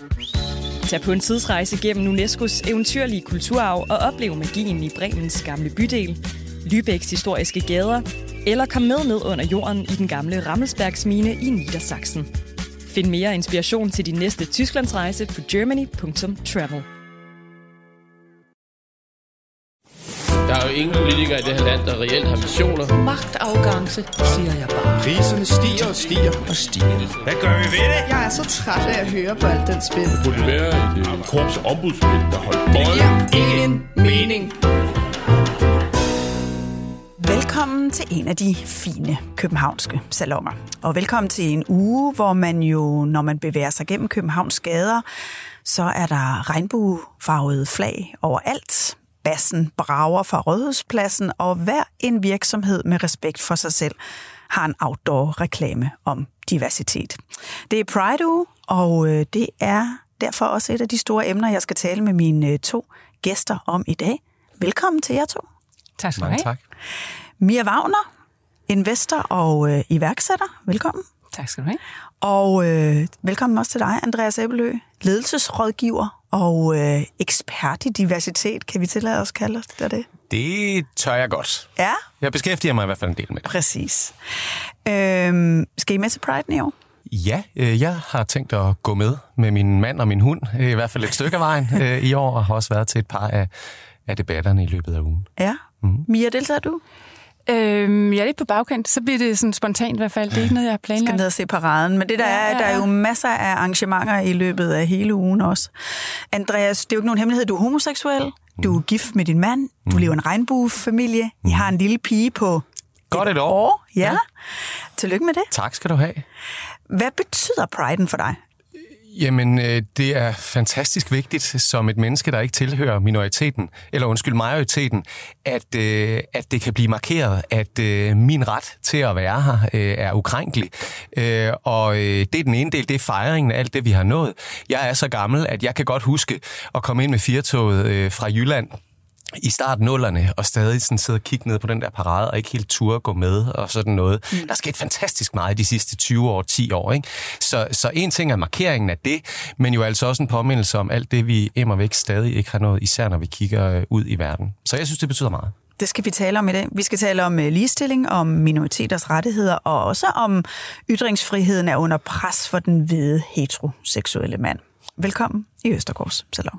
Tag på en tidsrejse gennem UNESCO's eventyrlige kulturarv og oplev magien i Bremens gamle bydel, Lübecks historiske gader, eller kom med ned under jorden i den gamle Rammelsbergsmine i Niedersachsen. Find mere inspiration til din næste Tysklandsrejse på germany.travel. Der er jo ingen politikere i det her land, der reelt har visioner. Magtafgangse, siger jeg bare. Priserne stiger og stiger og stiger. Hvad gør vi ved det? Jeg er så træt af at høre på alt den spil. Burde det være et korps ombudsmænd, der holdt bolden? Det giver ingen mening. Velkommen til en af de fine københavnske salonger. Og velkommen til en uge, hvor man jo, når man bevæger sig gennem Københavns gader, så er der regnbuefarvede flag overalt. Bassen brager fra Rådhuspladsen, og hver en virksomhed med respekt for sig selv har en outdoor-reklame om diversitet. Det er Pride-uge, og det er derfor også et af de store emner, jeg skal tale med mine to gæster om i dag. Velkommen til jer to. Tak skal du have. Tak. Mia Wagner, investor og iværksætter. Velkommen. Tak skal du have. Og velkommen også til dig, Andreas Ebbelø, ledelsesrådgiver og ekspert i diversitet. Kan vi tillade os at kalde os det? Det tør jeg godt. Ja? Jeg beskæftiger mig i hvert fald en del med det. Præcis. Skal I med til Pride i år? Ja, jeg har tænkt at gå med min mand og min hund, i hvert fald et stykke af vejen i år, og har også været til et par af debatterne i løbet af ugen. Ja. Mia, deltager du? Jeg er lidt på bagkant, så bliver det sådan spontant i hvert fald. Det er ikke noget, jeg har planlagt. Skal ned og se paraden. Men det der er, der er jo masser af arrangementer i løbet af hele ugen også. Andreas, det er jo ikke nogen hemmelighed, du er homoseksuel, du er gift med din mand, du lever i en regnbuefamilie, I har en lille pige på Godt et år. Ja. Tillykke med det. Tak skal du have. Hvad betyder Pride'en for dig? Jamen, det er fantastisk vigtigt som et menneske, der ikke tilhører majoriteten, at det kan blive markeret, at min ret til at være her er ukrænkelig. Og det er den ene del, det er fejringen af alt det, vi har nået. Jeg er så gammel, at jeg kan godt huske at komme ind med firtoget fra Jylland i starten 0'erne, og stadig sådan sidde og kigge ned på den der parade, og ikke helt turde gå med, og sådan noget. Der er sket fantastisk meget de sidste 20 år, 10 år, ikke? Så en ting er markeringen af det, men jo altså også en påmindelse om alt det, vi immervæk stadig ikke har nået, især når vi kigger ud i verden. Så jeg synes, det betyder meget. Det skal vi tale om i dag. Vi skal tale om ligestilling, om minoriteters rettigheder, og også om ytringsfriheden er under pres for den hvide heteroseksuelle mand. Velkommen i Østergaards Salon.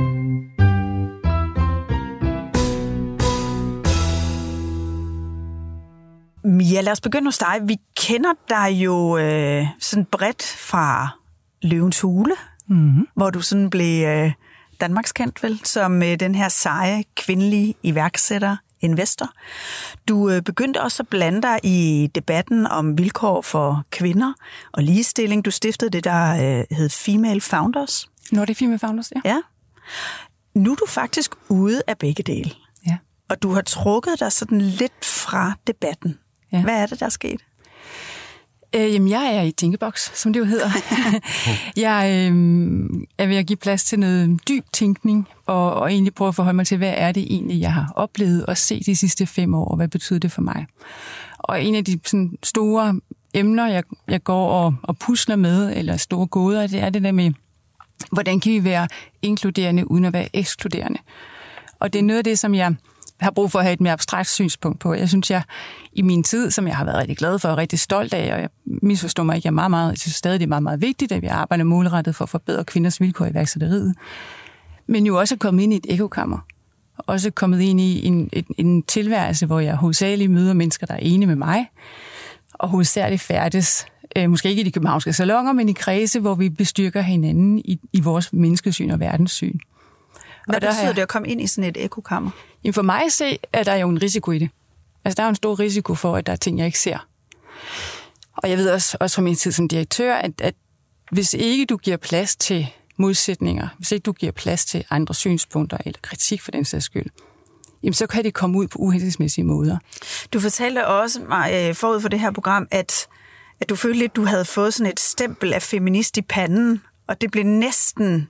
Mia, lad os begynde hos dig. Vi kender dig jo sådan bredt fra Løvens Hule, hvor du sådan blev danmarkskendt vel, som den her seje, kvindelige iværksætter, investor. Du begyndte også at blande dig i debatten om vilkår for kvinder og ligestilling. Du stiftede det, der hed Female Founders. Nordic Female Founders, ja. Ja. Nu er du faktisk ude af begge dele. Ja. Og du har trukket dig sådan lidt fra debatten. Ja. Hvad er det, der er sket? Jamen, jeg er i tænkeboks, som det jo hedder. Jeg er ved at give plads til noget dyb tænkning, og egentlig prøve at forholde mig til, hvad er det egentlig, jeg har oplevet og set de sidste 5 år, og hvad betyder det for mig? Og en af de sådan, store emner, jeg går og pusler med, eller store gåder, det er det der med, hvordan kan vi være inkluderende uden at være ekskluderende? Og det er noget af det, som jeg har brug for at have et mere abstrakt synspunkt på. Jeg synes, jeg i min tid, som jeg har været rigtig glad for og rigtig stolt af, og jeg misforstår mig ikke, jeg synes stadig, det er meget, meget vigtigt, at vi arbejder målrettet for at forbedre kvinders vilkår i iværksætteriet. Men jo også kommet ind i et ekokammer. Også kommet ind i en tilværelse, hvor jeg hovedsageligt møder mennesker, der er enige med mig, og hovedsageligt færdes, måske ikke i de københavnske salonger, men i kredse, hvor vi bestyrker hinanden i vores menneskesyn og verdenssyn. Hvad betyder det at komme ind i sådan et ekokammer? For mig at se, er der jo en risiko i det. Altså, der er jo en stor risiko for, at der er ting, jeg ikke ser. Og jeg ved også fra min tid som direktør, at hvis ikke du giver plads til modsætninger, hvis ikke du giver plads til andre synspunkter eller kritik for den sags skyld, jamen så kan det komme ud på uhensigtsmæssige måder. Du fortalte også mig forud for det her program, at du følte lidt, du havde fået sådan et stempel af feminist i panden, og det blev næsten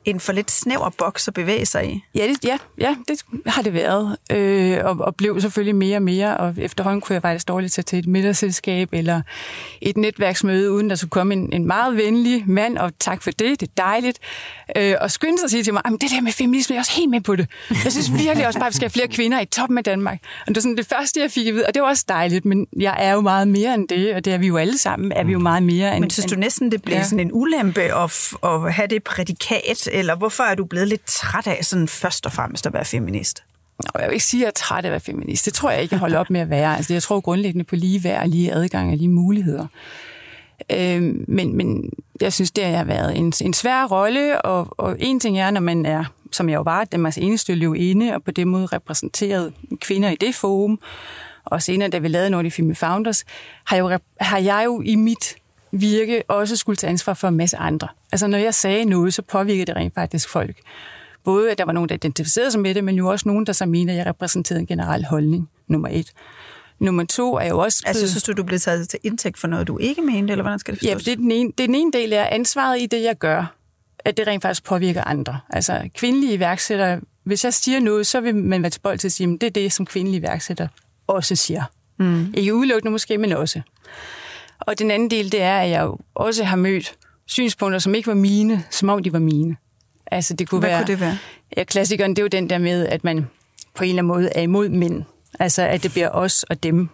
en for lidt snæver boks at bevæge sig i? Ja, det har det været. Og blev selvfølgelig mere og mere, og efterhånden kunne jeg faktisk dårligt tage til et middagsselskab eller et netværksmøde, uden der skulle komme en meget venlig mand, og tak for det er dejligt. Og skynde sig at sige til mig, det der med feminisme, jeg er også helt med på det. Jeg synes virkelig også bare, at vi skal have flere kvinder i toppen af Danmark. Og det var sådan det første, jeg fik at vide, og det var også dejligt, men jeg er jo meget mere end det, og det er vi jo alle sammen, er vi jo meget mere end... Men synes du næsten, det bliver sådan en ulempe at have det prædikat, eller hvorfor er du blevet lidt træt af sådan først og fremmest at være feminist? Jeg vil ikke sige, at jeg er træt af at være feminist. Det tror jeg ikke, jeg holder op med at være. Altså, jeg tror grundlæggende på lige værd, lige adgang og lige muligheder. Men jeg synes, det har været en svær rolle, og en ting er, når man er, som jeg jo var, Danmarks eneste løvinde, og på den måde repræsenteret kvinder i det forum, og senere, da vi lavede Nordic Female Founders, har jeg jo i mit virke også skulle tage ansvar for en masse andre. Altså, når jeg sagde noget, så påvirkede det rent faktisk folk. Både, at der var nogen, der identificerede sig med det, men jo også nogen, der så mente, at jeg repræsenterede en generel holdning, nummer 1. Nummer 2 er jo også... Altså, synes du blev taget til indtægt for noget, du ikke mente, eller hvordan skal det forstås? Ja, det er den ene del af ansvaret i det, jeg gør, at det rent faktisk påvirker andre. Altså, kvindelige iværksættere, hvis jeg siger noget, så vil man være tilbøjelig til at sige, at det er det, som kvindelige iværksættere også siger. Ikke udelukkende måske, men også. Og den anden del, det er, at jeg jo også har mødt synspunkter, som ikke var mine, som om de var mine. Altså, det kunne kunne det være? Ja, klassikeren, det er jo den der med, at man på en eller anden måde er imod mænd. Altså, at det bliver os og dem.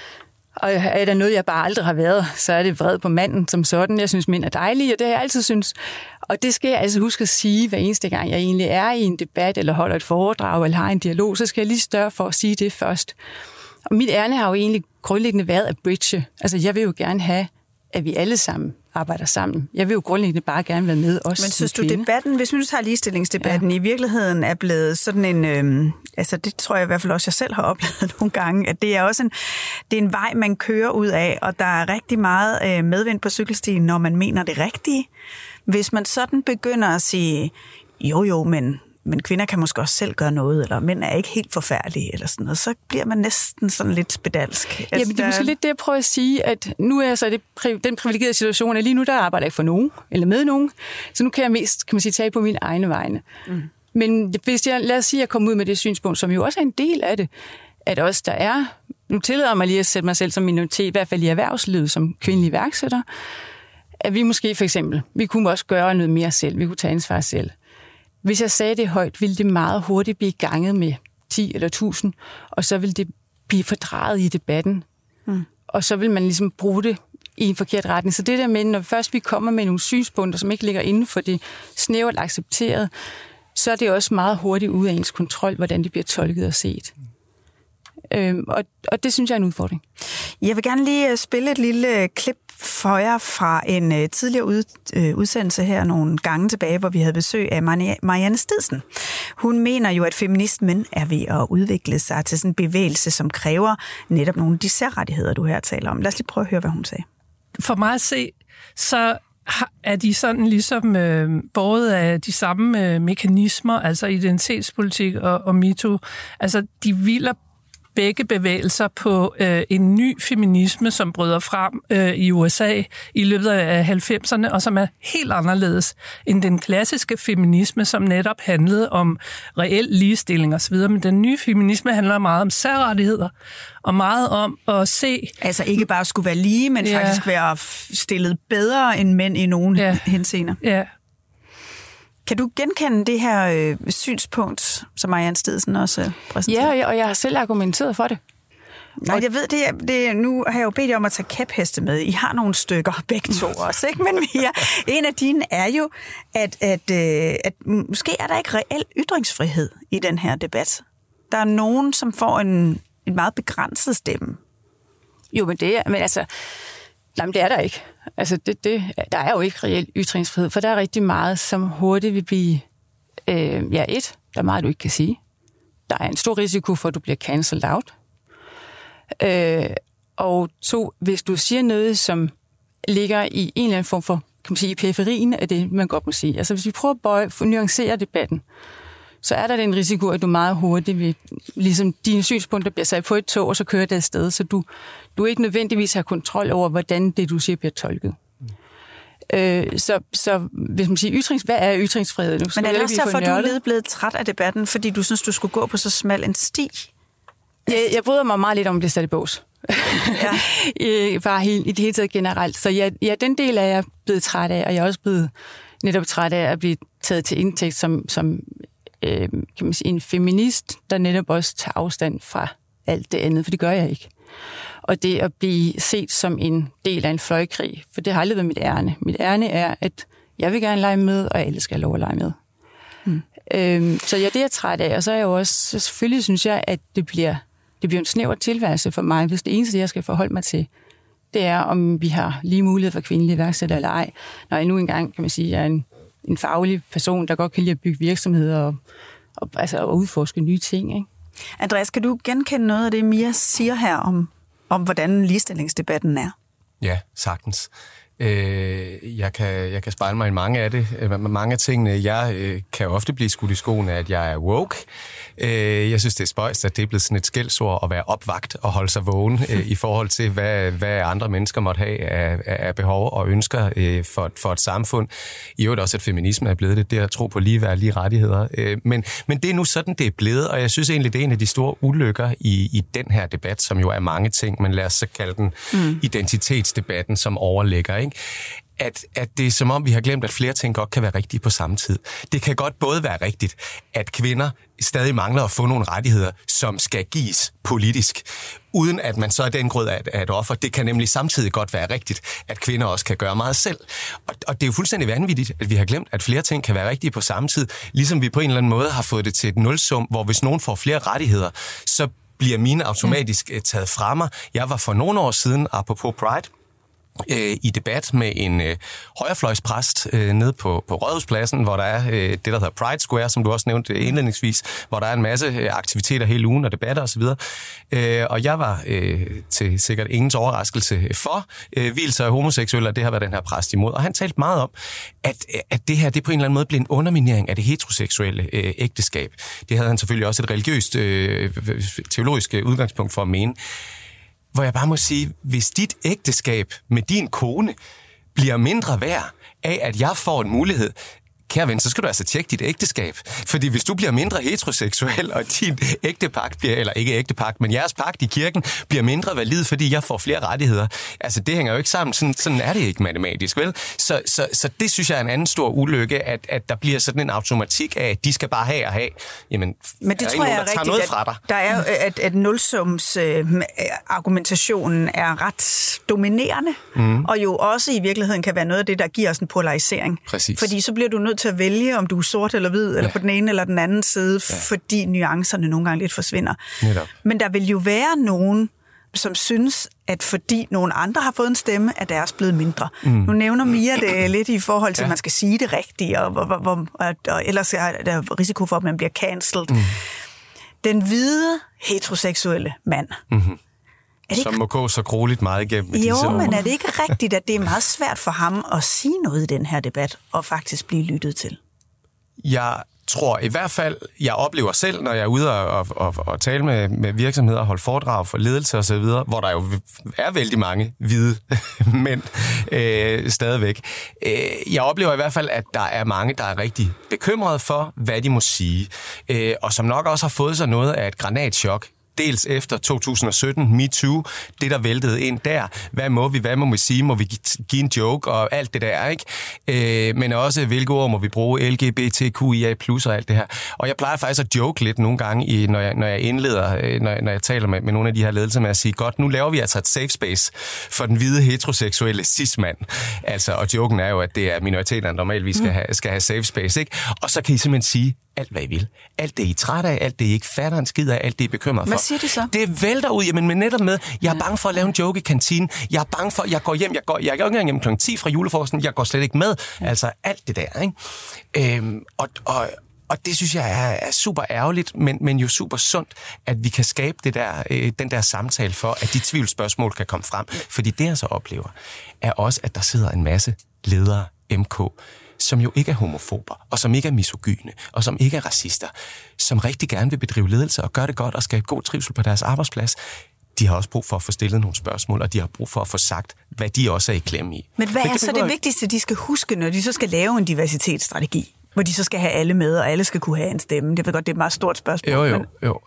Og er der noget, jeg bare aldrig har været, så er det vred på manden som sådan. Jeg synes, mænd er dejlige, og det har jeg altid synes. Og det skal jeg altså huske at sige, hver eneste gang jeg egentlig er i en debat, eller holder et foredrag, eller har en dialog, så skal jeg lige større for at sige det først. Og mit ærne har jo egentlig grundlæggende været at bridge. Altså, jeg vil jo gerne have, at vi alle sammen arbejder sammen. Jeg vil jo grundlæggende bare gerne være med os. Men synes du, debatten, hvis vi nu tager ligestillingsdebatten, i virkeligheden er blevet sådan en... altså, det tror jeg i hvert fald også, jeg selv har oplevet nogle gange, at det er også det er en vej, man kører ud af, og der er rigtig meget medvind på cykelstien, når man mener det rigtige. Hvis man sådan begynder at sige, jo, men kvinder kan måske også selv gøre noget, eller mænd er ikke helt forfærdelige, eller sådan noget, så bliver man næsten sådan lidt spedalsk. Ja, men det er måske lidt det, jeg prøver at sige, at nu er jeg så den privilegerede situation, at lige nu, der arbejder jeg ikke for nogen, eller med nogen, så nu kan jeg mest, kan man sige, tage på mine egne vegne. Men hvis lad os sige, at jeg kommer ud med det synspunkt, som jo også er en del af det, at også der er, nu tillader mig lige at sætte mig selv som minoritet, i hvert fald i erhvervslivet som kvindelig iværksætter, at vi måske for eksempel, vi kunne også gøre noget mere selv, vi kunne tage ansvar selv. Hvis jeg sagde det højt, ville det meget hurtigt blive ganget med 10 eller 1000, og så ville det blive fordrejet i debatten. Og så vil man ligesom bruge det i en forkert retning. Så det der med, når først vi kommer med nogle synspunkter, som ikke ligger inden for det snævert accepteret, så er det også meget hurtigt ude af ens kontrol, hvordan det bliver tolket og set. Og det synes jeg er en udfordring. Jeg vil gerne lige spille et lille klip for jer fra en tidligere udsendelse her nogle gange tilbage, hvor vi havde besøg af Marianne Stidsen. Hun mener jo, at feminismen er ved at udvikle sig til sådan en bevægelse, som kræver netop nogle af de særrettigheder, du her taler om. Lad os lige prøve at høre, hvad hun sagde. For mig at se, så er de sådan ligesom båret af de samme mekanismer, altså identitetspolitik og MeToo. Altså, de hviler begge bevægelser på en ny feminisme, som bryder frem i USA i løbet af 90'erne, og som er helt anderledes end den klassiske feminisme, som netop handlede om reel ligestilling osv. Men den nye feminisme handler meget om særrettigheder, og meget om at se... Altså ikke bare skulle være lige, men faktisk være stillet bedre end mænd i nogle henseender. Ja. Kan du genkende det her synspunkt, som Marianne Stidsen også præsenterer? Ja, og jeg har selv argumenteret for det. Nej, jeg ved det. Nu har jeg jo bedt jer om at tage kæpheste med. I har nogle stykker, begge to også, ikke? Men en af dine er jo, at måske er der ikke reel ytringsfrihed i den her debat. Der er nogen, som får en meget begrænset stemme. Jo, men det er der ikke. Altså, der er jo ikke reel ytringsfrihed, for der er rigtig meget, som hurtigt vil blive... der er meget, du ikke kan sige. Der er en stor risiko for, at du bliver cancelled out. Og 2, hvis du siger noget, som ligger i en eller anden form for, kan man sige, i periferien af det, man godt må sige. Altså, hvis vi prøver at nuancere debatten, så er der den risiko, at du meget hurtigt vil, ligesom dine synspunkter bliver sat på et tog, og så kører det afsted, så du ikke nødvendigvis har kontrol over, hvordan det, du siger, bliver tolket. Så hvis man siger hvad er ytringsfrihed? Men er det også derfor, du er lidt blevet træt af debatten, fordi du synes, du skulle gå på så smal en sti? Jeg bryder mig meget lidt om at blive sat i bås. Ja. Bare i det hele taget generelt. Så ja, den del er jeg blevet træt af, og jeg er også blevet netop træt af at blive taget til indtægt som kan man sige, en feminist, der netop også tager afstand fra alt det andet, for det gør jeg ikke. Og det at blive set som en del af en fløjkrig, for det har aldrig været mit ærne. Mit ærne er, at jeg vil gerne lege med, og alle skal have lov at lege med. Så ja, det er jeg træt af, og så er jeg jo også, selvfølgelig synes jeg, at det bliver en snæver tilværelse for mig, hvis det eneste, jeg skal forholde mig til, det er, om vi har lige mulighed for kvindelige iværksættere eller ej. Når jeg nu engang, kan man sige, er en faglig person, der godt kan lide at bygge virksomheder og udforske nye ting. Ikke? Andreas, kan du genkende noget af det, Mia siger her om hvordan ligestillingsdebatten er? Ja, sagtens. Jeg kan spejle mig i mange af det. Mange af tingene, jeg kan ofte blive skudt i skoene, at jeg er woke. Jeg synes, det er spøjst, at det er blevet sådan et skældsord at være opvagt og holde sig vågen i forhold til, hvad andre mennesker måtte have af behov og ønsker for et samfund. I øvrigt også, at feminisme er blevet det at tro på ligeværd og lige rettigheder. Men det er nu sådan, det er blevet, og jeg synes egentlig, det er en af de store ulykker i den her debat, som jo er mange ting, men lad os så kalde den identitetsdebatten, som overligger, ikke? At det er som om, vi har glemt, at flere ting godt kan være rigtige på samme tid. Det kan godt både være rigtigt, at kvinder stadig mangler at få nogle rettigheder, som skal gives politisk, uden at man så er den grød af et offer. Det kan nemlig samtidig godt være rigtigt, at kvinder også kan gøre meget selv. Og det er jo fuldstændig vanvittigt, at vi har glemt, at flere ting kan være rigtige på samme tid, ligesom vi på en eller anden måde har fået det til et nulsum, hvor hvis nogen får flere rettigheder, så bliver mine automatisk taget fra mig. Jeg var for nogle år siden, apropos Pride, i debat med en højrefløjspræst nede på Rådhuspladsen, hvor der er det, der hedder Pride Square, som du også nævnte indledningsvis, hvor der er en masse aktiviteter hele ugen og debatter osv. Og jeg var til sikkert ingens overraskelse for vielser af homoseksuelle, og det har været den her præst imod. Og han talte meget om, at det her det på en eller anden måde blev en underminering af det heteroseksuelle ægteskab. Det havde han selvfølgelig også et religiøst, teologisk udgangspunkt for at mene. Hvor jeg bare må sige, hvis dit ægteskab med din kone bliver mindre værd af, at jeg får en mulighed, kære ven, så skal du altså tjekke dit ægteskab. Fordi hvis du bliver mindre heteroseksuel, og din ægtepagt bliver, eller ikke ægtepagt, men jeres pagt i kirken bliver mindre valid, fordi jeg får flere rettigheder. Altså, det hænger jo ikke sammen. Sådan er det ikke matematisk, vel? Så det synes jeg er en anden stor ulykke, at der bliver sådan en automatik af, at de skal bare have og have. Jamen, men det tror jeg er rigtigt, at der er jo, at nulsums argumentationen er ret dominerende, og jo også i virkeligheden kan være noget af det, der giver os en polarisering. Præcis. Fordi så bliver du nødt til at vælge, om du er sort eller hvid, eller på den ene eller den anden side, fordi nuancerne nogle gange lidt forsvinder. Netop. Men der vil jo være nogen, som synes, at fordi nogle andre har fået en stemme, er deres blevet mindre. Nu nævner Mia det lidt i forhold til, at man skal sige det rigtigt, og ellers er der risiko for, at man bliver cancelled. Den hvide, heteroseksuelle mand, som må gå så grueligt meget igennem disse år. Jo, men er det ikke rigtigt, at det er meget svært for ham at sige noget i den her debat, og faktisk blive lyttet til? Jeg tror i hvert fald, jeg oplever selv, når jeg er ude og tale med virksomheder, holde foredrag for ledelse og så videre, hvor der jo er vældig mange hvide mænd stadigvæk. Jeg oplever i hvert fald, at der er mange, der er rigtig bekymrede for, hvad de må sige, og som nok også har fået sig noget af et granatschok. Dels efter 2017, MeToo, det der væltede ind der. Hvad må vi sige? Må vi give en joke og alt det der, ikke? Men også, hvilke ord må vi bruge? LGBTQIA+, og alt det her. Og jeg plejer faktisk at joke lidt nogle gange, når jeg indleder, når jeg taler med nogle af de her ledelser med at sige, godt, nu laver vi altså et safe space for den hvide heteroseksuelle cis-mand. Altså, og joken er jo, at det er minoriteterne, der normalvis skal have safe space, ikke? Og så kan I simpelthen sige alt, hvad I vil. Alt det, I er træt af, alt det, I ikke fatter en skid af, alt det, I er bekymret for. Hvad siger de så? Det vælter ud, jamen men netop med, jeg er bange for at lave en joke i kantinen, jeg er bange for, jeg går hjem, jeg går ikke engang hjem kl. 10 fra julefrokosten, jeg går slet ikke med. Altså alt det der, ikke? Og det synes jeg er super ærgerligt, men jo super sundt, at vi kan skabe den der samtale for, at de tvivlsspørgsmål kan komme frem. Fordi det, jeg så oplever, er også, at der sidder en masse ledere, MK, som jo ikke er homofober, og som ikke er misogyne, og som ikke er racister, som rigtig gerne vil bedrive ledelse og gøre det godt og skabe god trivsel på deres arbejdsplads. de har også brug for at få stillet nogle spørgsmål, og de har brug for at få sagt, hvad de også er i klemme i. Men hvad er så det vigtigste, de skal huske, når de så skal lave en diversitetsstrategi? Hvor de så skal have alle med, og alle skal kunne have en stemme. Det er godt, det er et meget stort spørgsmål.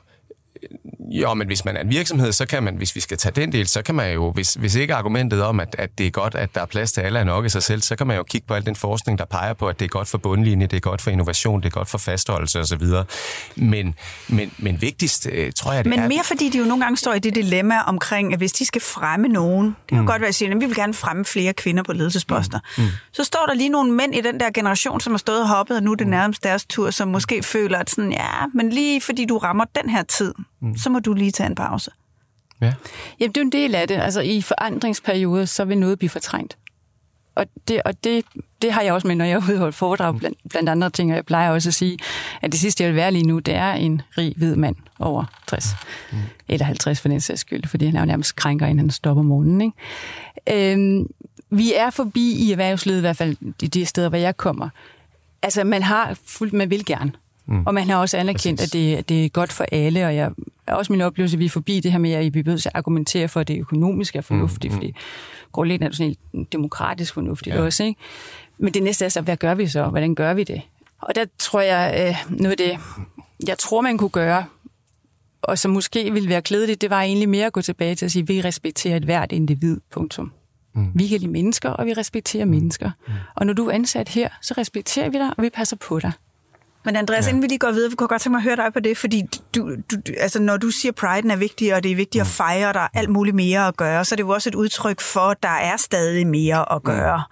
Jo, men hvis man er en virksomhed, så kan man, hvis vi skal tage den del, så kan man jo, hvis ikke argumentet om, at det er godt, at der er plads til alle er nok i sig selv, så kan man jo kigge på al den forskning, der peger på, at det er godt for bundlinje, det er godt for innovation, det er godt for fastholdelse osv. Men vigtigst, tror jeg, det er... Men mere fordi de jo nogle gange står i det dilemma omkring, at hvis de skal fremme nogen, det kan godt være at sige, at vi vil gerne fremme flere kvinder på ledelsesposter. Så står der lige nogle mænd i den der generation, som har stået og hoppet, og nu er det nærmest deres tur, som måske føler, at sådan, ja, men lige fordi du rammer den her tid, så må du lige tage en pause. Ja. Jamen, det er en del af det. Altså, i forandringsperioder, så vil noget blive fortrængt. Og det har jeg også med, når jeg udholder foredrag blandt andre ting, og jeg plejer også at sige, at det sidste, jeg vil være lige nu, det er en rig hvid mand over 60. Eller 50 for den sags skyld, fordi han er jo nærmest krænker, inden han stopper morgenen. Ikke? Vi er forbi i erhvervslivet, i hvert fald i de steder, hvor jeg kommer. Altså, man vil gerne. Og man har også anerkendt, at det er godt for alle, og jeg er også min oplevelse, at vi er forbi det her med, at vi er nødt til at argumentere for, at det økonomisk er fornuftigt, fordi grundlæggende er det sådan helt demokratisk fornuftigt også, ikke? Men det næste er så, hvad gør vi så? Hvordan gør vi det? Og der tror jeg, noget af det, jeg tror, man kunne gøre, og som måske ville være klædeligt, det var egentlig mere at gå tilbage til at sige, at vi respekterer et hvert individ, punktum. Vi kan lide mennesker, og vi respekterer mennesker. Og når du er ansat her, så respekterer vi dig, og vi passer på dig. Men Andreas, inden vi lige går videre, vi kunne godt tænke mig at høre dig på det, fordi altså, når du siger, at priden er vigtig, og det er vigtigt at fejre, og der er alt muligt mere at gøre, så er det jo også et udtryk for, at der er stadig mere at gøre.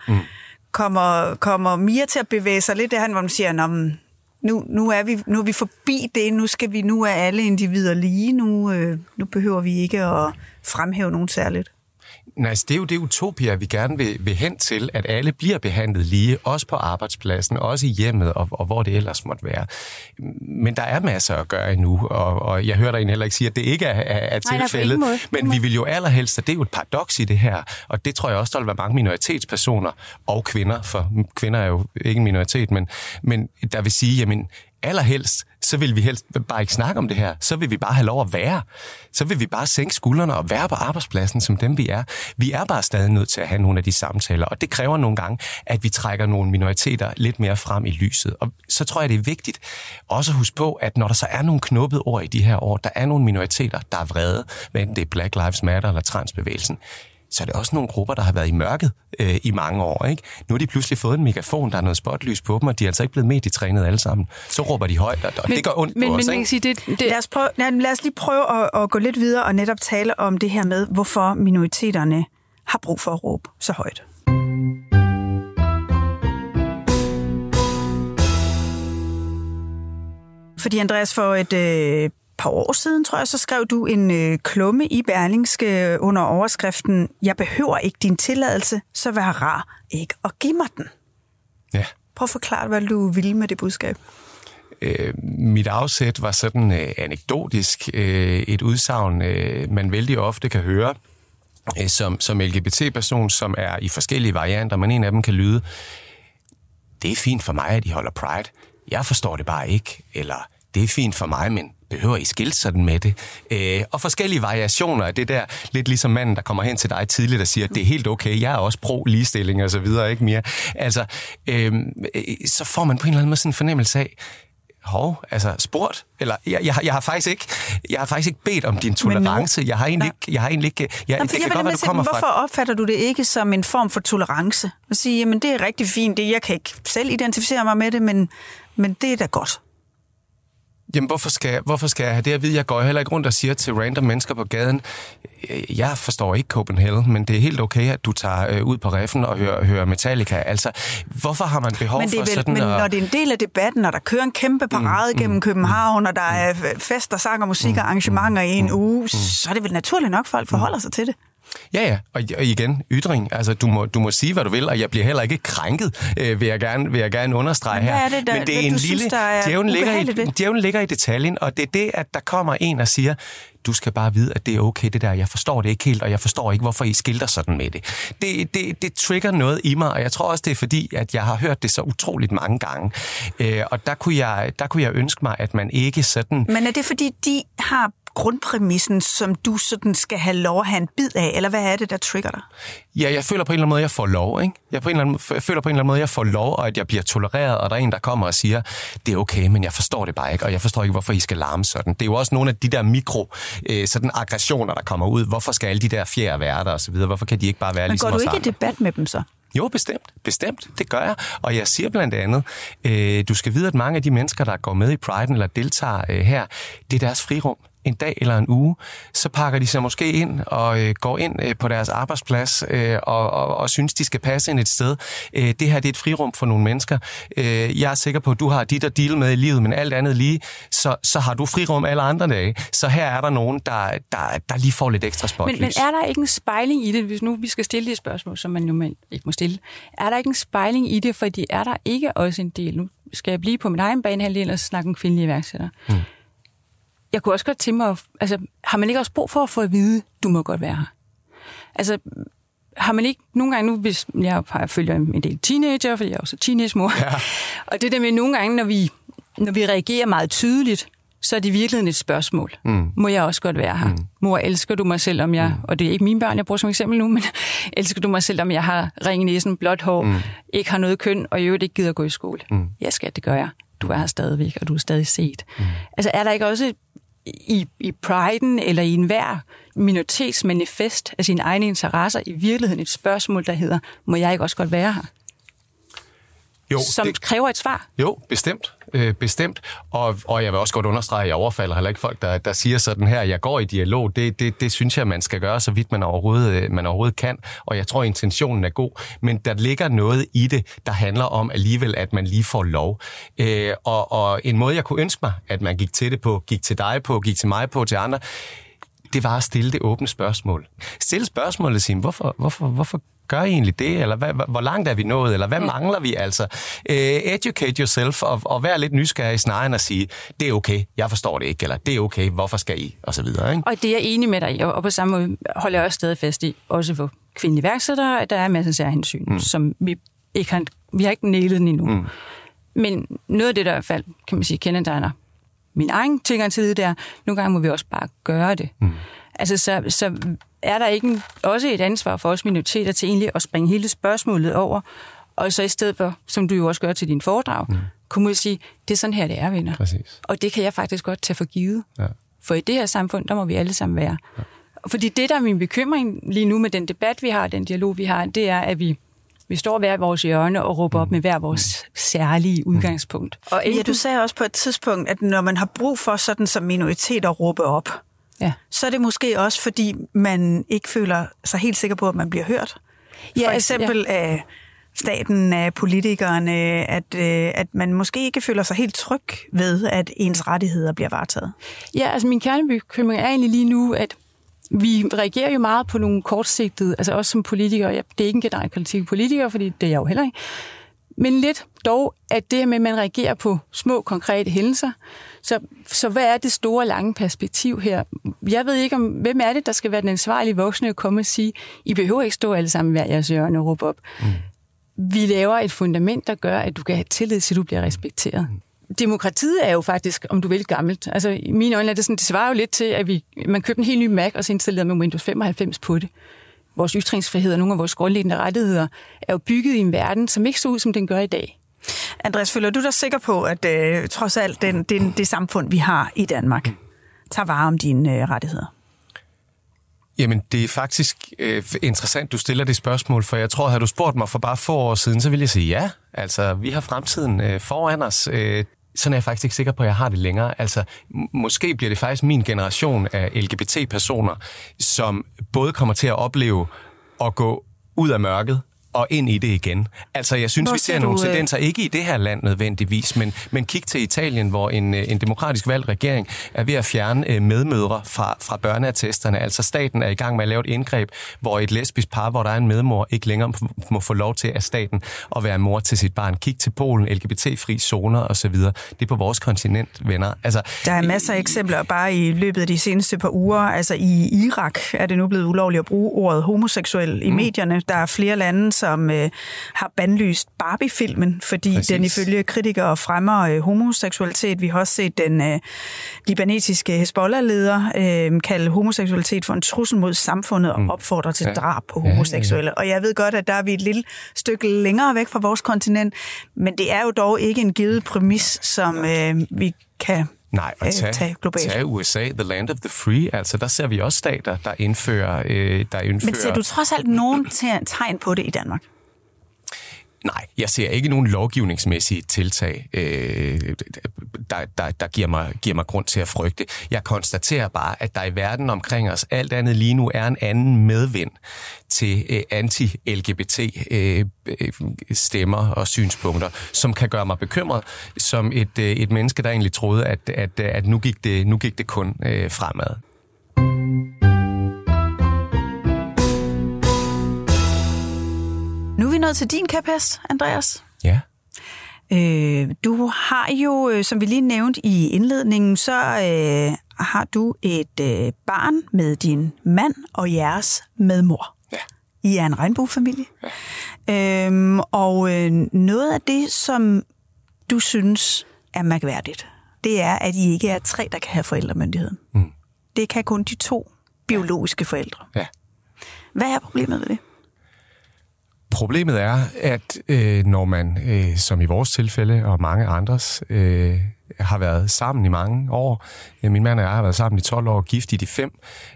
Kommer Mia til at bevæge sig lidt derhen, hvor man siger, nu er vi forbi det, nu er alle individer lige, nu behøver vi ikke at fremhæve nogen særligt. Nej, det er jo det utopia, vi gerne vil hen til, at alle bliver behandlet lige, også på arbejdspladsen, også i hjemmet, og hvor det ellers måtte være. Men der er masser at gøre endnu, og jeg hører dig heller ikke sige, at det ikke er tilfældet. Men vi vil jo allerhelst, og det er jo et paradoks i det her, og det tror jeg også, der vil være mange minoritetspersoner og kvinder, for kvinder er jo ikke en minoritet, men der vil sige, jamen, allerhelst, så vil vi helst bare ikke snakke om det her. Så vil vi bare have lov at være. Så vil vi bare sænke skuldrene og være på arbejdspladsen, som dem vi er. Vi er bare stadig nødt til at have nogle af de samtaler, og det kræver nogle gange, at vi trækker nogle minoriteter lidt mere frem i lyset. Og så tror jeg, det er vigtigt også at huske på, at når der så er nogle knubbede ord i de her år, der er nogle minoriteter, der er vrede, hvad enten det er Black Lives Matter eller transbevægelsen, så er det også nogle grupper, der har været i mørket i mange år. Ikke? Nu har de pludselig fået en megafon, der er noget spotlys på dem, og de er altså ikke blevet medietrænet alle sammen. Så råber de højt, og det gør ondt på os. Lad os lige prøve at gå lidt videre og netop tale om det her med, hvorfor minoriteterne har brug for at råbe så højt. Fordi Andreas, for et par år siden, tror jeg, så skrev du en klumme i Berlingske under overskriften, jeg behøver ikke din tilladelse, så vær rar ikke at give mig den. Ja. Prøv at forklare, hvad du ville med det budskab. Mit afsæt var sådan anekdotisk, et udsagn, man vældig ofte kan høre som LGBT-person, som er i forskellige varianter, men en af dem kan lyde, det er fint for mig, at I holder Pride. Jeg forstår det bare ikke. Eller, det er fint for mig, men behøver I skilte sådan med det? Og forskellige variationer af det der, lidt ligesom manden, der kommer hen til dig tidligt og siger, at det er helt okay, jeg er også pro-ligestilling og så videre, ikke mere. Altså, så får man på en eller anden måde sådan en fornemmelse af, spurgt, eller jeg har faktisk ikke bedt om din tolerance. Jeg har egentlig ikke. Hvorfor opfatter du det ikke som en form for tolerance? At sige, jamen det er rigtig fint, jeg kan ikke selv identificere mig med det, men det er da godt. Jamen, hvorfor skal jeg have det at vide? Jeg går heller ikke rundt og siger til random mennesker på gaden, jeg forstår ikke Copenhagen, men det er helt okay, at du tager ud på riffen og hører Metallica. Altså, hvorfor har man behov for sådan... Men når det er en del af debatten, når der kører en kæmpe parade gennem København, og der er fester, sang og musik og arrangementer i en uge, så er det vel naturligt nok, folk forholder sig til det. Ja, og igen, ytring. Altså, du må sige, hvad du vil, og jeg bliver heller ikke krænket, vil jeg gerne understrege her. Men det er en lille... Djævlen ligger i detaljen, og det er det, at der kommer en og siger, du skal bare vide, at det er okay, det der. Jeg forstår det ikke helt, og jeg forstår ikke, hvorfor I skilter sådan med det. Det trigger noget i mig, og jeg tror også, det er fordi, at jeg har hørt det så utroligt mange gange. Og der kunne jeg ønske mig, at man ikke sådan... Men er det fordi, de har grundpræmissen, som du sådan skal have lov at have en bid af, eller hvad er det, der trigger dig? Ja, jeg føler på en eller anden måde, jeg får lov, ikke? Jeg føler på en eller anden måde, jeg får lov, og at jeg bliver tolereret, og der er en, der kommer og siger, det er okay, men jeg forstår det bare ikke, og jeg forstår ikke, hvorfor I skal larme sådan. Det er jo også nogle af de der sådan aggressioner, der kommer ud. Hvorfor skal alle de der fjer være der, og så videre? Hvorfor kan de ikke bare være ligesom os andre? Men går du ikke i debat med dem så? Jo, bestemt. Det gør jeg. Og jeg siger blandt andet, du skal vide, at mange af de mennesker, der går med i Pride'en eller deltager her, det er deres frirum. En dag eller en uge, så pakker de sig måske ind og går ind på deres arbejdsplads og synes, de skal passe ind et sted. Det her det er et frirum for nogle mennesker. Jeg er sikker på, at du har dit at deale med i livet, men alt andet lige, så har du frirum alle andre dage. Så her er der nogen, der lige får lidt ekstra spotlys. Men er der ikke en spejling i det, hvis nu vi skal stille det spørgsmål, som man jo ikke må stille? Er der ikke en spejling i det, fordi er der ikke også en del? Nu skal jeg blive på min egen banehalvdel og snakke om kvindelige iværksættere. Jeg kunne også godt tænke mig, altså, har man ikke også brug for at få at vide, du må godt være her? Altså, har man ikke nogle gange nu, hvis jeg følger en del teenager, fordi jeg er også teenage-mor, ja. Og det der med nogle gange, når vi reagerer meget tydeligt, så er det i virkeligheden et spørgsmål. Må jeg også godt være her? Mor, elsker du mig selv, om jeg, og det er ikke mine børn, jeg bruger som eksempel nu, men elsker du mig selv, om jeg har ring i næsen, blåt hår, ikke har noget køn, og i øvrigt ikke gider gå i skole? Ja, skat, det gør jeg. Du er her stadigvæk, og du er stadig set. Altså, er der ikke også i Pride'en eller i enhver minoritetsmanifest af sine egne interesser i virkeligheden et spørgsmål, der hedder, må jeg ikke også godt være her? Jo, som kræver et svar. Jo, bestemt. Og jeg vil også godt understrege, at jeg overfalder heller ikke folk, der siger sådan her, jeg går i dialog. Det synes jeg, man skal gøre, så vidt man overhovedet kan. Og jeg tror, intentionen er god. Men der ligger noget i det, der handler om alligevel, at man lige får lov. Og en måde, jeg kunne ønske mig, at man gik til det på, gik til dig på, gik til mig på, til andre, det var at stille det åbne spørgsmål. Stille spørgsmålet og sige, hvorfor gør I egentlig det? Eller hvor langt er vi nået? Eller hvad mangler vi altså? Educate yourself og vær lidt nysgerrig snarere end at sige, det er okay, jeg forstår det ikke, eller det er okay, hvorfor skal I? Og så videre, ikke? Og det er jeg enig med dig i, og på samme måde holder jeg også stadig fast i, også for kvindelige iværksættere, at der er en masse særhensyn, som vi har ikke nælet den endnu. Men noget af det, der i hvert fald, kan man sige, kendetegner min egen tilgang til det der, nogle gange må vi også bare gøre det. Altså, så er der ikke også et ansvar for os minoriteter til egentlig at springe hele spørgsmålet over, og så i stedet for, som du jo også gør til din foredrag, kunne man sige, det er sådan her, det er, venner. Præcis. Og det kan jeg faktisk godt tage for givet. Ja. For i det her samfund, der må vi alle sammen være. Ja. Fordi det, der er min bekymring lige nu med den debat, vi har, den dialog, vi har, det er, at vi står hver vores hjørne og råber op med hver vores særlige udgangspunkt. Og ja, du sagde også på et tidspunkt, at når man har brug for sådan som minoritet at råbe op, så er det måske også, fordi man ikke føler sig helt sikker på, at man bliver hørt. For eksempel af staten, af politikerne, at man måske ikke føler sig helt tryg ved, at ens rettigheder bliver varetaget. Ja, altså min kernebekymring er egentlig lige nu, at vi reagerer jo meget på nogle kortsigtede, altså også som politikere. Det er ikke en generel kritik af politikere, fordi det er jeg jo heller ikke. Men lidt dog, at det her med, at man reagerer på små, konkrete hændelser. Så hvad er det store, lange perspektiv her? Jeg ved ikke, hvem er det, der skal være den ansvarlige voksne at komme og sige, I behøver ikke stå alle sammen hver jeres hjørne og råbe op. Vi laver et fundament, der gør, at du kan have tillid til, at du bliver respekteret. Demokratiet er jo faktisk, om du vil, gammelt. Altså i mine øjne er det sådan, det svarer jo lidt til, at man købte en helt ny Mac, og så installerede man Windows 95 på det. Vores ytringsfrihed og nogle af vores grundlæggende rettigheder er jo bygget i en verden, som ikke så ud, som den gør i dag. Andreas, føler du dig sikker på, at trods alt det samfund, vi har i Danmark, tager vare om dine rettigheder? Jamen, det er faktisk interessant, du stiller det spørgsmål, for jeg tror, havde du spurgt mig for bare få år siden, så ville jeg sige ja. Altså, vi har fremtiden foran os. Sådan er jeg faktisk ikke sikker på, at jeg har det længere. Altså, måske bliver det faktisk min generation af LGBT-personer, som både kommer til at opleve at gå ud af mørket og ind i det igen. Altså, jeg synes, vi ser nogle tendenser, ikke i det her land nødvendigvis, men kig til Italien, hvor en demokratisk valgt regering er ved at fjerne medmødre fra børneattesterne. Altså, staten er i gang med at lave et indgreb, hvor et lesbisk par, hvor der er en medmor, ikke længere må få lov til af staten at være mor til sit barn. Kig til Polen, LGBT-fri zoner osv. Det er på vores kontinent, venner. Altså, der er masser af eksempler bare i løbet af de seneste par uger. Altså, i Irak er det nu blevet ulovligt at bruge ordet homoseksuel i medierne. Der er flere lande, som har bandlyst Barbie-filmen, fordi den ifølge kritikere fremmer homoseksualitet. Vi har også set den libanesiske Hezbollah-leder kalde homoseksualitet for en trussel mod samfundet og opfordre til drab på homoseksuelle. Og jeg ved godt, at der er vi et lille stykke længere væk fra vores kontinent, men det er jo dog ikke en givet præmis, som vi kan tage globalt. Tag USA, the land of the free, altså der ser vi også stater, der indfører... Men ser du trods alt nogen tegn på det i Danmark? Nej, jeg ser ikke nogen lovgivningsmæssige tiltag, der giver mig grund til at frygte. Jeg konstaterer bare, at der i verden omkring os alt andet lige nu er en anden medvind til anti-LGBT-stemmer og synspunkter, som kan gøre mig bekymret som et menneske, der egentlig troede, at nu gik det kun fremad. Nu er vi nået til din kæphest, Andreas. Ja. Du har jo, som vi lige nævnte i indledningen, så har du et barn med din mand og jeres medmor. Ja. I er en regnbuefamilie. Ja. Noget af det, som du synes er mærkværdigt, det er, at I ikke er 3, der kan have forældremyndigheden. Det kan kun de 2 biologiske forældre. Ja. Hvad er problemet ved det? Problemet er, at når man, som i vores tilfælde og mange andres, har været sammen i mange år, min mand og jeg har været sammen i 12 år, gift i de 5,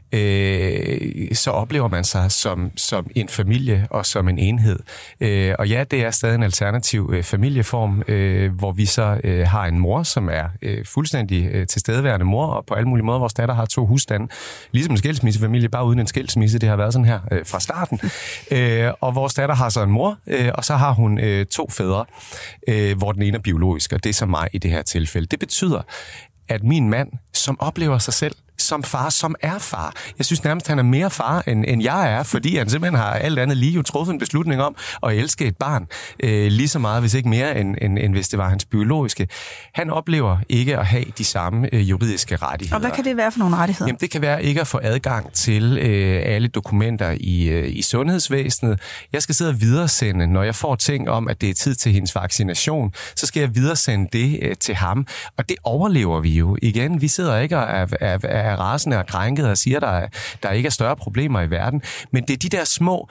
så oplever man sig som en familie og som en enhed. Og ja, det er stadig en alternativ familieform, hvor vi så har en mor, som er fuldstændig tilstedeværende mor, og på alle mulige måder vores datter har 2 husstande. Ligesom en skilsmissefamilie, bare uden en skilsmisse. Det har været sådan her fra starten. Og vores datter har så en mor, og så har hun 2 fædre, hvor den ene er biologisk, og det er så mig i det her tilfælde. Det betyder, at min mand, som oplever sig selv som far, som er far. Jeg synes nærmest, han er mere far, end jeg er, fordi han simpelthen har alt andet lige jo truffet en beslutning om at elske et barn lige så meget, hvis ikke mere, end hvis det var hans biologiske. Han oplever ikke at have de samme juridiske rettigheder. Og hvad kan det være for nogle rettigheder? Jamen, det kan være ikke at få adgang til alle dokumenter i sundhedsvæsenet. Jeg skal sidde og videresende, når jeg får ting om, at det er tid til hendes vaccination, så skal jeg videresende det til ham. Og det overlever vi jo. Igen, vi sidder ikke og er rasende og krænket og siger, at der ikke er større problemer i verden. Men det er de der små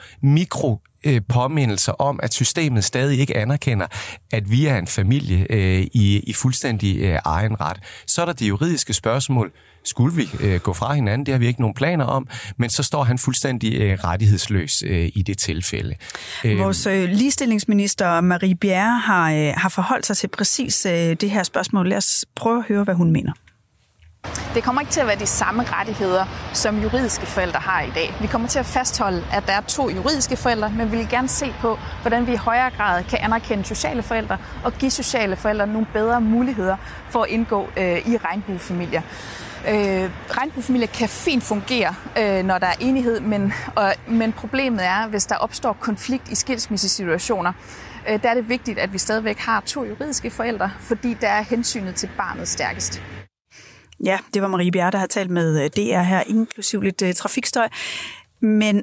påmindelser om, at systemet stadig ikke anerkender, at vi er en familie i fuldstændig egen ret. Så er der det juridiske spørgsmål. Skulle vi gå fra hinanden? Det har vi ikke nogen planer om, men så står han fuldstændig rettighedsløs i det tilfælde. Vores ligestillingsminister Marie Bjerre har forholdt sig til præcis det her spørgsmål. Lad os prøve at høre, hvad hun mener. Det kommer ikke til at være de samme rettigheder, som juridiske forældre har i dag. Vi kommer til at fastholde, at der er 2 juridiske forældre, men vi vil gerne se på, hvordan vi i højere grad kan anerkende sociale forældre og give sociale forældre nogle bedre muligheder for at indgå i regnbuefamilier. Regnbuefamilier kan fint fungere, når der er enighed, men problemet er, hvis der opstår konflikt i skilsmissesituationer, der er det vigtigt, at vi stadigvæk har 2 juridiske forældre, fordi der er hensynet til barnet stærkest. Ja, det var Marie Bjerre, der har talt med DR her, inklusiv lidt trafikstøj. Men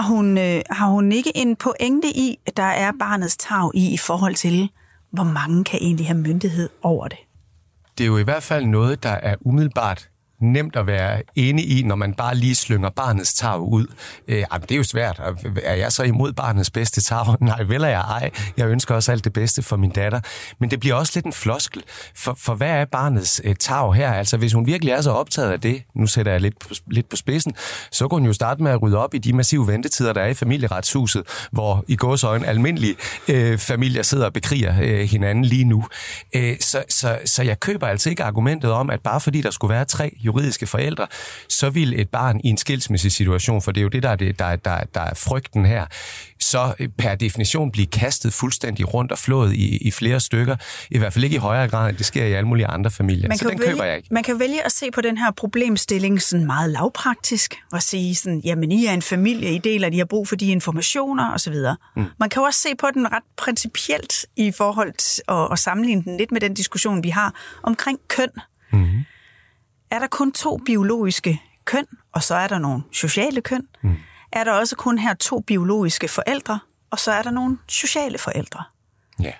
har hun ikke en pointe i, at der er barnets tarv i forhold til, hvor mange kan egentlig have myndighed over det? Det er jo i hvert fald noget, der er umiddelbart nemt at være enig i, når man bare lige slynger barnets tarv ud. Det er jo svært. Er jeg så imod barnets bedste tarv? Nej, vel er jeg ej. Jeg ønsker også alt det bedste for min datter. Men det bliver også lidt en floskel. For hvad er barnets tarv her? Altså, hvis hun virkelig er så optaget af det, nu sætter jeg lidt på spidsen, så kunne hun jo starte med at rydde op i de massive ventetider, der er i familieretshuset, hvor i gåseøjne almindelige familier sidder og bekriger hinanden lige nu. Så jeg køber altså ikke argumentet om, at bare fordi der skulle være 3 juridiske forældre, så vil et barn i en skilsmissesituation, for det er jo det, der er frygten her, så per definition blive kastet fuldstændig rundt og flået i flere stykker, i hvert fald ikke i højere grad, end det sker i alle mulige andre familier. Så den køber jeg ikke. Man kan vælge at se på den her problemstilling sådan meget lavpraktisk, og sige sådan, jamen I er en familie, I deler, de har brug for de informationer osv. Man kan også se på den ret principielt i forhold til at sammenligne den lidt med den diskussion, vi har omkring køn. Mm-hmm. Er der kun 2 biologiske køn, og så er der nogle sociale køn? Er der også kun her 2 biologiske forældre, og så er der nogle sociale forældre. Ja.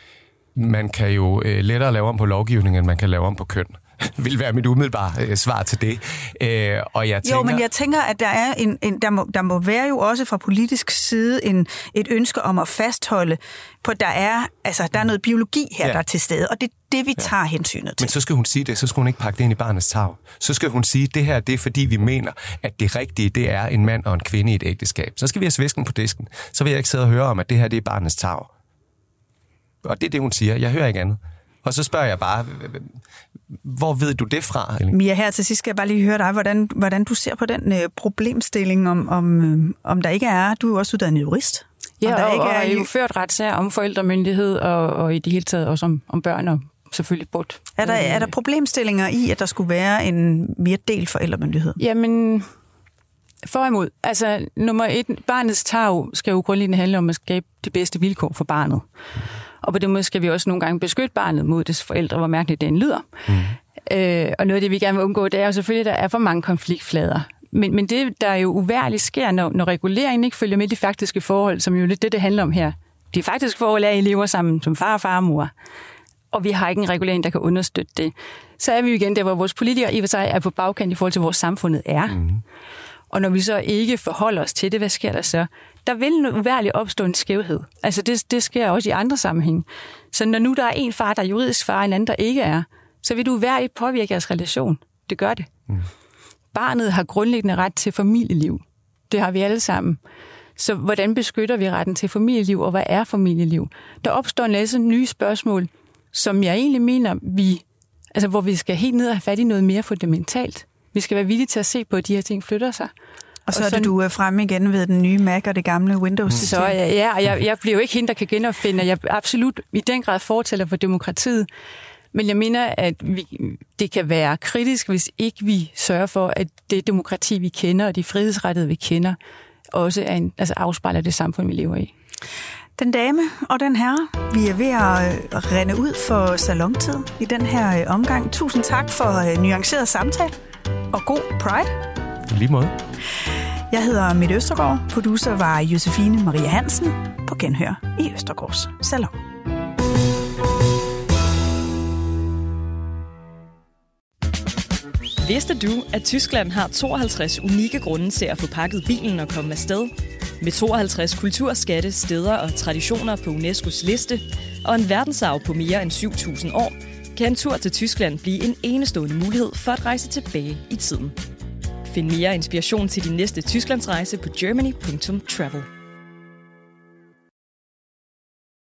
Man kan jo lettere lave om på lovgivningen, end man kan lave om på køn. Vil være mit umiddelbare svar til det. Og jeg tænker... Jo, men jeg tænker, at der er der må være jo også fra politisk side et ønske om at fastholde på, at der er noget biologi her, der er til stede, og det er det, vi tager hensynet til. Men så skal hun sige det, så skal hun ikke pakke det ind i barnets tarv. Så skal hun sige, at det her det er, fordi vi mener, at det rigtige, det er en mand og en kvinde i et ægteskab. Så skal vi have svisken på disken. Så vil jeg ikke sidde og høre om, at det her, det er barnets tarv. Og det er det, hun siger. Jeg hører ikke andet. Og så spørger jeg bare, hvor ved du det fra? Mia, her til sidst skal jeg bare lige høre dig, hvordan du ser på den problemstilling, om der ikke er, du er jo også uddannet jurist. Ja, og er jo ført retssager om forældremyndighed, og i det hele taget også om børn, og selvfølgelig bort. Er der problemstillinger i, at der skulle være en mere del forældremyndighed? Jamen, for imod. Altså, nummer 1, barnets tarv skal jo grundlæggende handle om at skabe de bedste vilkår for barnet. Og på den måde skal vi også nogle gange beskytte barnet mod dets forældre, hvor mærkeligt den lyder. Og noget af det, vi gerne vil undgå, det er jo selvfølgelig, at der er for mange konfliktflader. Men det, der jo uværligt sker, når reguleringen ikke følger med de faktiske forhold, som jo lidt det handler om her. De faktiske forhold er, at I lever sammen som far og farmor, og vi har ikke en regulering, der kan understøtte det. Så er vi jo igen der, hvor vores politikere i og for sig er på bagkant i forhold til, hvor samfundet er. Og når vi så ikke forholder os til det, hvad sker der så? Der vil uværligt opstå en skævhed. Altså det sker også i andre sammenhæng. Så når nu der er en far, der er juridisk far, og en anden, der ikke er, så vil du uværligt påvirke jeres relation. Det gør det. Barnet har grundlæggende ret til familieliv. Det har vi alle sammen. Så hvordan beskytter vi retten til familieliv, og hvad er familieliv? Der opstår en masse nye spørgsmål, som jeg egentlig mener, hvor vi skal helt ned og have fat i noget mere fundamentalt. Vi skal være villige til at se på, at de her ting flytter sig. Og så er det, du er fremme igen ved den nye Mac og det gamle Windows-system. Så og jeg bliver jo ikke hende, der kan genopfinde. Jeg er absolut i den grad fortæller for demokratiet. Men jeg mener, at det kan være kritisk, hvis ikke vi sørger for, at det demokrati, vi kender, og de frihedsrettigheder, vi kender, også afspejler det samfund, vi lever i. Den dame og den herre, vi er ved at rende ud for salontid i den her omgang. Tusind tak for nuanceret samtale, og god Pride. Lige måde. Jeg hedder Mette Østergaard. Producer var Josefine Maria Hansen. På genhør i Østergaards Salon. Vidste du, at Tyskland har 52 unikke grunde til at få pakket bilen og komme afsted? Med 52 kulturskatte, steder og traditioner på UNESCO's liste og en verdensarv på mere end 7.000 år, kan en tur til Tyskland blive en enestående mulighed for at rejse tilbage i tiden. Find mere inspiration til din næste Tysklandsrejse på germany.travel.